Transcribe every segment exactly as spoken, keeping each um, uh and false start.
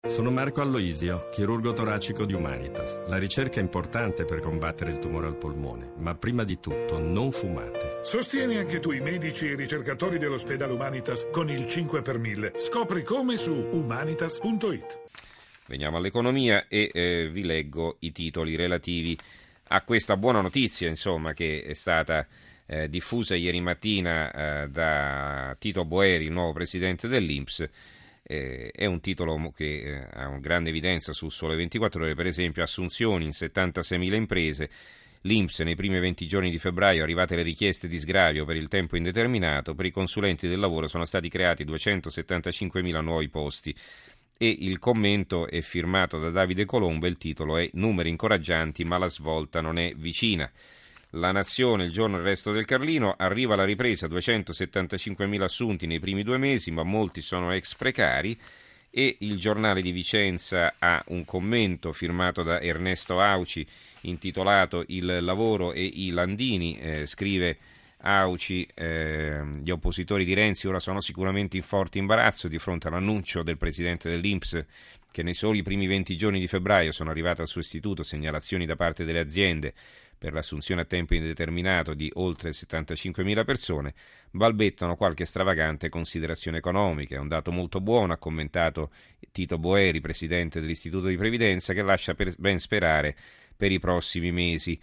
Sono Marco Alloisio, chirurgo toracico di Humanitas. La ricerca è importante per combattere il tumore al polmone, ma prima di tutto non fumate. Sostieni anche tu i medici e i ricercatori dell'ospedale Humanitas con il cinque per mille. Scopri come su humanitas punto it. Veniamo all'economia e eh, vi leggo i titoli relativi a questa buona notizia, insomma, che è stata eh, diffusa ieri mattina eh, da Tito Boeri, il nuovo presidente dell'I N P S. Eh, è un titolo che eh, ha una grande evidenza su Sole ventiquattro Ore, per esempio assunzioni in settantaseimila imprese. L'I N P S nei primi venti giorni di febbraio arrivate le richieste di sgravio per il tempo indeterminato, per i consulenti del lavoro sono stati creati duecentosettantacinquemila nuovi posti e il commento è firmato da Davide Colombo e il titolo è Numeri incoraggianti ma la svolta non è vicina. La Nazione, il giorno del resto del Carlino, arriva la ripresa, duecentosettantacinquemila assunti nei primi due mesi, ma molti sono ex precari, e il Giornale di Vicenza ha un commento firmato da Ernesto Auci intitolato Il lavoro e i Landini, eh, scrive Auci, eh, gli oppositori di Renzi ora sono sicuramente in forte imbarazzo di fronte all'annuncio del presidente dell'I N P S che nei soli primi venti giorni di febbraio sono arrivate al suo istituto segnalazioni da parte delle aziende per l'assunzione a tempo indeterminato di oltre settantacinquemila persone, balbettano qualche stravagante considerazione economica. È un dato molto buono, ha commentato Tito Boeri, presidente dell'Istituto di Previdenza, che lascia per ben sperare per i prossimi mesi.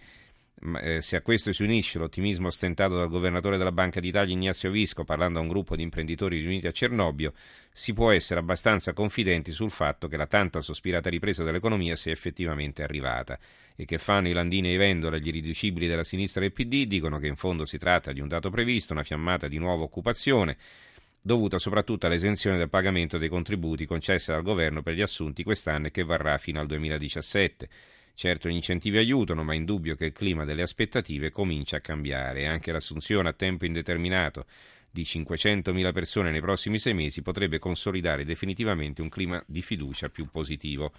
Eh, se a questo si unisce l'ottimismo ostentato dal governatore della Banca d'Italia Ignazio Visco parlando a un gruppo di imprenditori riuniti a Cernobbio, si può essere abbastanza confidenti sul fatto che la tanto sospirata ripresa dell'economia sia effettivamente arrivata. E che fanno i Landini e i Vendola, gli irriducibili della sinistra del P D, dicono che in fondo si tratta di un dato previsto, una fiammata di nuova occupazione, dovuta soprattutto all'esenzione del pagamento dei contributi concessa dal governo per gli assunti quest'anno e che varrà fino al duemiladiciassette. Certo gli incentivi aiutano, ma è indubbio che il clima delle aspettative comincia a cambiare e anche l'assunzione a tempo indeterminato di cinquecentomila persone nei prossimi sei mesi potrebbe consolidare definitivamente un clima di fiducia più positivo.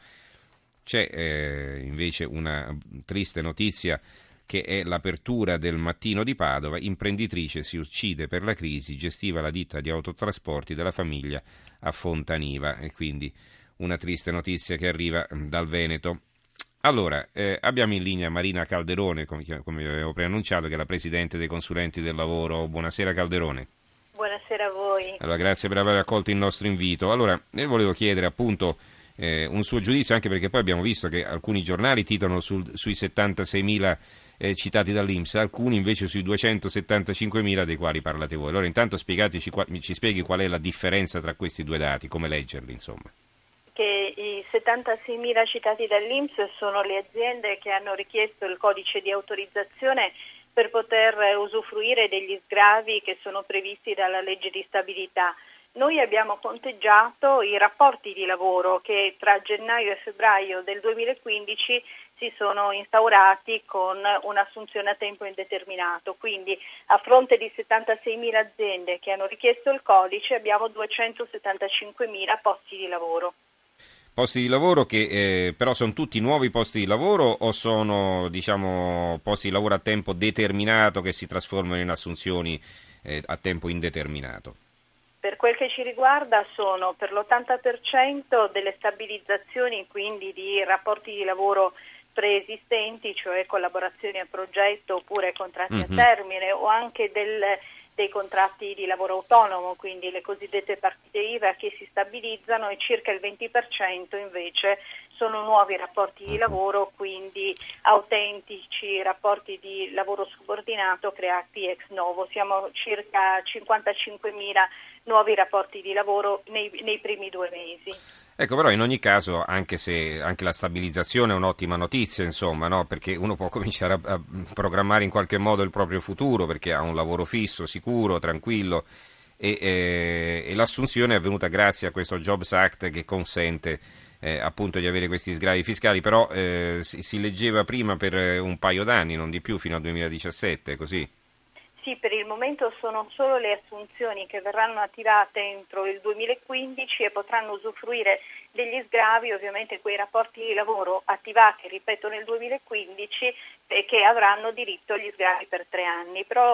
C'è eh, invece una triste notizia che è l'apertura del Mattino di Padova. Imprenditrice si uccide per la crisi, gestiva la ditta di autotrasporti della famiglia a Fontaniva, e quindi una triste notizia che arriva dal Veneto. Allora, eh, abbiamo in linea Marina Calderone, come, come avevo preannunciato, che è la Presidente dei Consulenti del Lavoro. Buonasera Calderone. Buonasera a voi. Allora, grazie per aver accolto il nostro invito. Allora, io volevo chiedere appunto eh, un suo giudizio, anche perché poi abbiamo visto che alcuni giornali titolano sul, sui settantaseimila eh, citati dall'I N P S, alcuni invece sui duecentosettantacinquemila dei quali parlate voi. Allora, intanto spiegateci, ci spieghi qual è la differenza tra questi due dati, come leggerli, insomma. Che i settantaseimila citati dall'I N P S sono le aziende che hanno richiesto il codice di autorizzazione per poter usufruire degli sgravi che sono previsti dalla legge di stabilità. Noi abbiamo conteggiato i rapporti di lavoro che tra gennaio e febbraio del duemilaquindici si sono instaurati con un'assunzione a tempo indeterminato, quindi a fronte di settantaseimila aziende che hanno richiesto il codice abbiamo duecentosettantacinquemila posti di lavoro. Posti di lavoro che eh, però sono tutti nuovi posti di lavoro o sono, diciamo, posti di lavoro a tempo determinato che si trasformano in assunzioni eh, a tempo indeterminato? Per quel che ci riguarda sono per l'ottanta per cento delle stabilizzazioni, quindi di rapporti di lavoro preesistenti, cioè collaborazioni a progetto oppure contratti mm-hmm. a termine, o anche del dei contratti di lavoro autonomo, quindi le cosiddette partite I V A che si stabilizzano, e circa il venti per cento invece sono nuovi rapporti di lavoro, quindi autentici rapporti di lavoro subordinato creati ex novo. Siamo circa cinquantacinquemila nuovi rapporti di lavoro nei, nei primi due mesi. Ecco, però in ogni caso, anche se anche la stabilizzazione è un'ottima notizia, insomma, no? Perché uno può cominciare a, a programmare in qualche modo il proprio futuro, perché ha un lavoro fisso, sicuro, tranquillo, e, e, e l'assunzione è avvenuta grazie a questo Jobs Act che consente eh, appunto di avere questi sgravi fiscali, però eh, si, si leggeva prima per un paio d'anni, non di più, fino al duemiladiciassette, così? Sì, per il momento sono solo le assunzioni che verranno attivate entro il duemilaquindici e potranno usufruire degli sgravi, ovviamente quei rapporti di lavoro attivati, ripeto, nel duemilaquindici, e che avranno diritto agli sgravi per tre anni. Però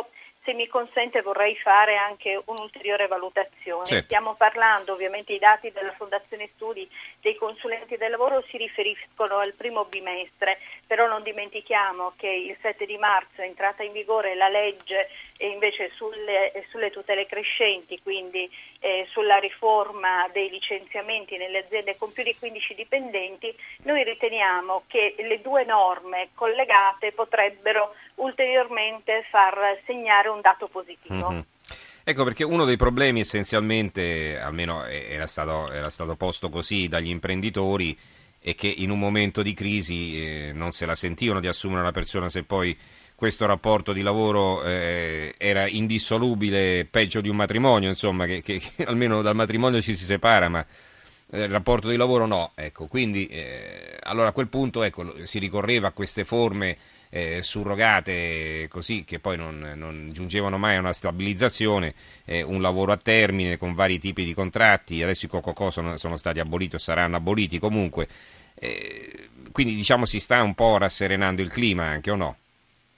se mi consente vorrei fare anche un'ulteriore valutazione. Certo. Stiamo parlando, ovviamente i dati della Fondazione Studi dei consulenti del lavoro si riferiscono al primo bimestre, però non dimentichiamo che il sette di marzo è entrata in vigore la legge e invece sulle, sulle tutele crescenti, quindi eh, sulla riforma dei licenziamenti nelle aziende con più di quindici dipendenti. Noi riteniamo che le due norme collegate potrebbero ulteriormente far segnare un dato positivo. Mm-hmm. Ecco perché uno dei problemi essenzialmente, almeno era stato, era stato posto così dagli imprenditori, è che in un momento di crisi eh, non se la sentivano di assumere una persona se poi questo rapporto di lavoro eh, era indissolubile, peggio di un matrimonio, insomma, che, che, che almeno dal matrimonio ci si separa, ma eh, il rapporto di lavoro no. Ecco, quindi eh, allora a quel punto ecco, si ricorreva a queste forme Eh, surrogate così che poi non, non giungevano mai a una stabilizzazione, eh, un lavoro a termine con vari tipi di contratti. Adesso i co-co-co sono, sono stati aboliti o saranno aboliti comunque, eh, quindi diciamo si sta un po' rasserenando il clima anche, o no?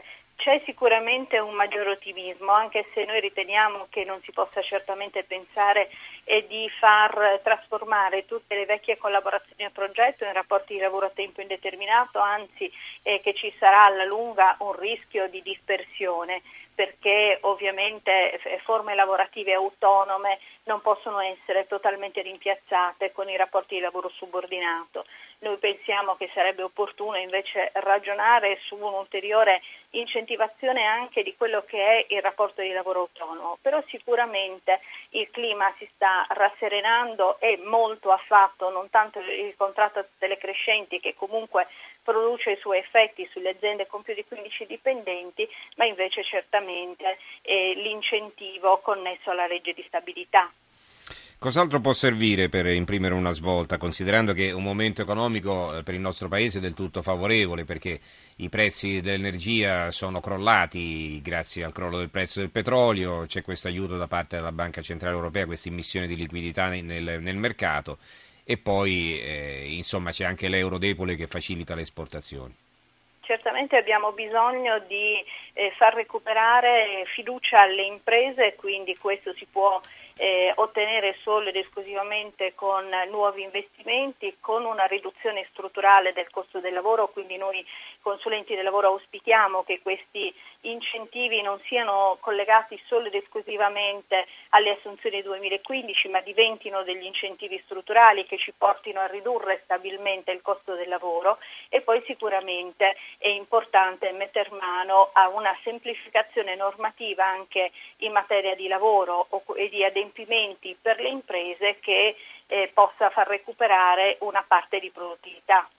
C'è sicuramente un maggior ottimismo, anche se noi riteniamo che non si possa certamente pensare eh, di far trasformare tutte le vecchie collaborazioni a progetto in rapporti di lavoro a tempo indeterminato, anzi eh, che ci sarà alla lunga un rischio di dispersione, perché ovviamente forme lavorative autonome non possono essere totalmente rimpiazzate con i rapporti di lavoro subordinato. Noi pensiamo che sarebbe opportuno invece ragionare su un'ulteriore incentivazione anche di quello che è il rapporto di lavoro autonomo, però sicuramente il clima si sta rasserenando e molto ha fatto non tanto il contratto a tutele crescenti, che comunque produce i suoi effetti sulle aziende con più di quindici dipendenti, ma invece certamente eh, l'incentivo connesso alla legge di stabilità. Cos'altro può servire per imprimere una svolta, considerando che un momento economico per il nostro paese è del tutto favorevole, perché i prezzi dell'energia sono crollati grazie al crollo del prezzo del petrolio, c'è questo aiuto da parte della Banca Centrale Europea, questa immissione di liquidità nel, nel mercato, e poi eh, insomma c'è anche l'euro debole che facilita le esportazioni. Certamente abbiamo bisogno di eh, far recuperare fiducia alle imprese, quindi questo si può eh, ottenere solo ed esclusivamente con nuovi investimenti, con una riduzione strutturale del costo del lavoro, quindi noi consulenti del lavoro auspichiamo che questi incentivi non siano collegati solo ed esclusivamente alle assunzioni duemilaquindici, ma diventino degli incentivi strutturali che ci portino a ridurre stabilmente il costo del lavoro. E poi sicuramente è importante metter mano a una semplificazione normativa anche in materia di lavoro e di adempimenti per le imprese che eh, possa far recuperare una parte di produttività.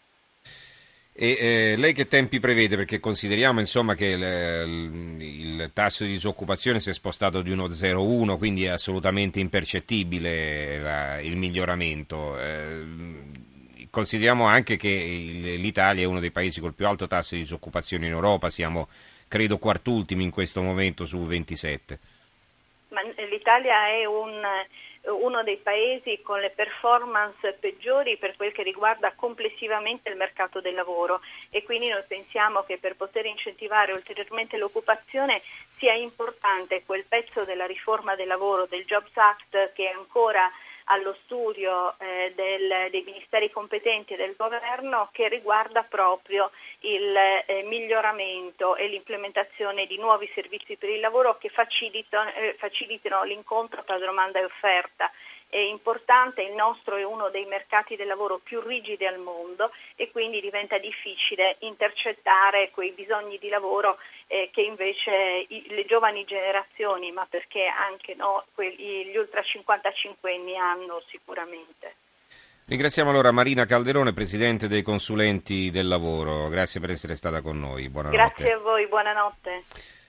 E eh, lei che tempi prevede? Perché consideriamo insomma che il, il tasso di disoccupazione si è spostato di uno virgola zero uno, quindi è assolutamente impercettibile la, il miglioramento. Eh, consideriamo anche che il, l'Italia è uno dei paesi col più alto tasso di disoccupazione in Europa, siamo credo quartultimi in questo momento su ventisette. Ma l'Italia è un... uno dei paesi con le performance peggiori per quel che riguarda complessivamente il mercato del lavoro, e quindi noi pensiamo che per poter incentivare ulteriormente l'occupazione sia importante quel pezzo della riforma del lavoro, del Jobs Act, che è ancora allo studio eh, del, dei ministeri competenti e del governo, che riguarda proprio il eh, miglioramento e l'implementazione di nuovi servizi per il lavoro che facilitano, eh, facilitino l'incontro tra domanda e offerta. È importante, il nostro è uno dei mercati del lavoro più rigidi al mondo e quindi diventa difficile intercettare quei bisogni di lavoro eh, che invece i, le giovani generazioni, ma perché anche no, quelli, gli ultra cinquantacinquenni hanno sicuramente. Ringraziamo allora Marina Calderone, Presidente dei Consulenti del Lavoro. Grazie per essere stata con noi. Buonanotte. Grazie a voi, buonanotte.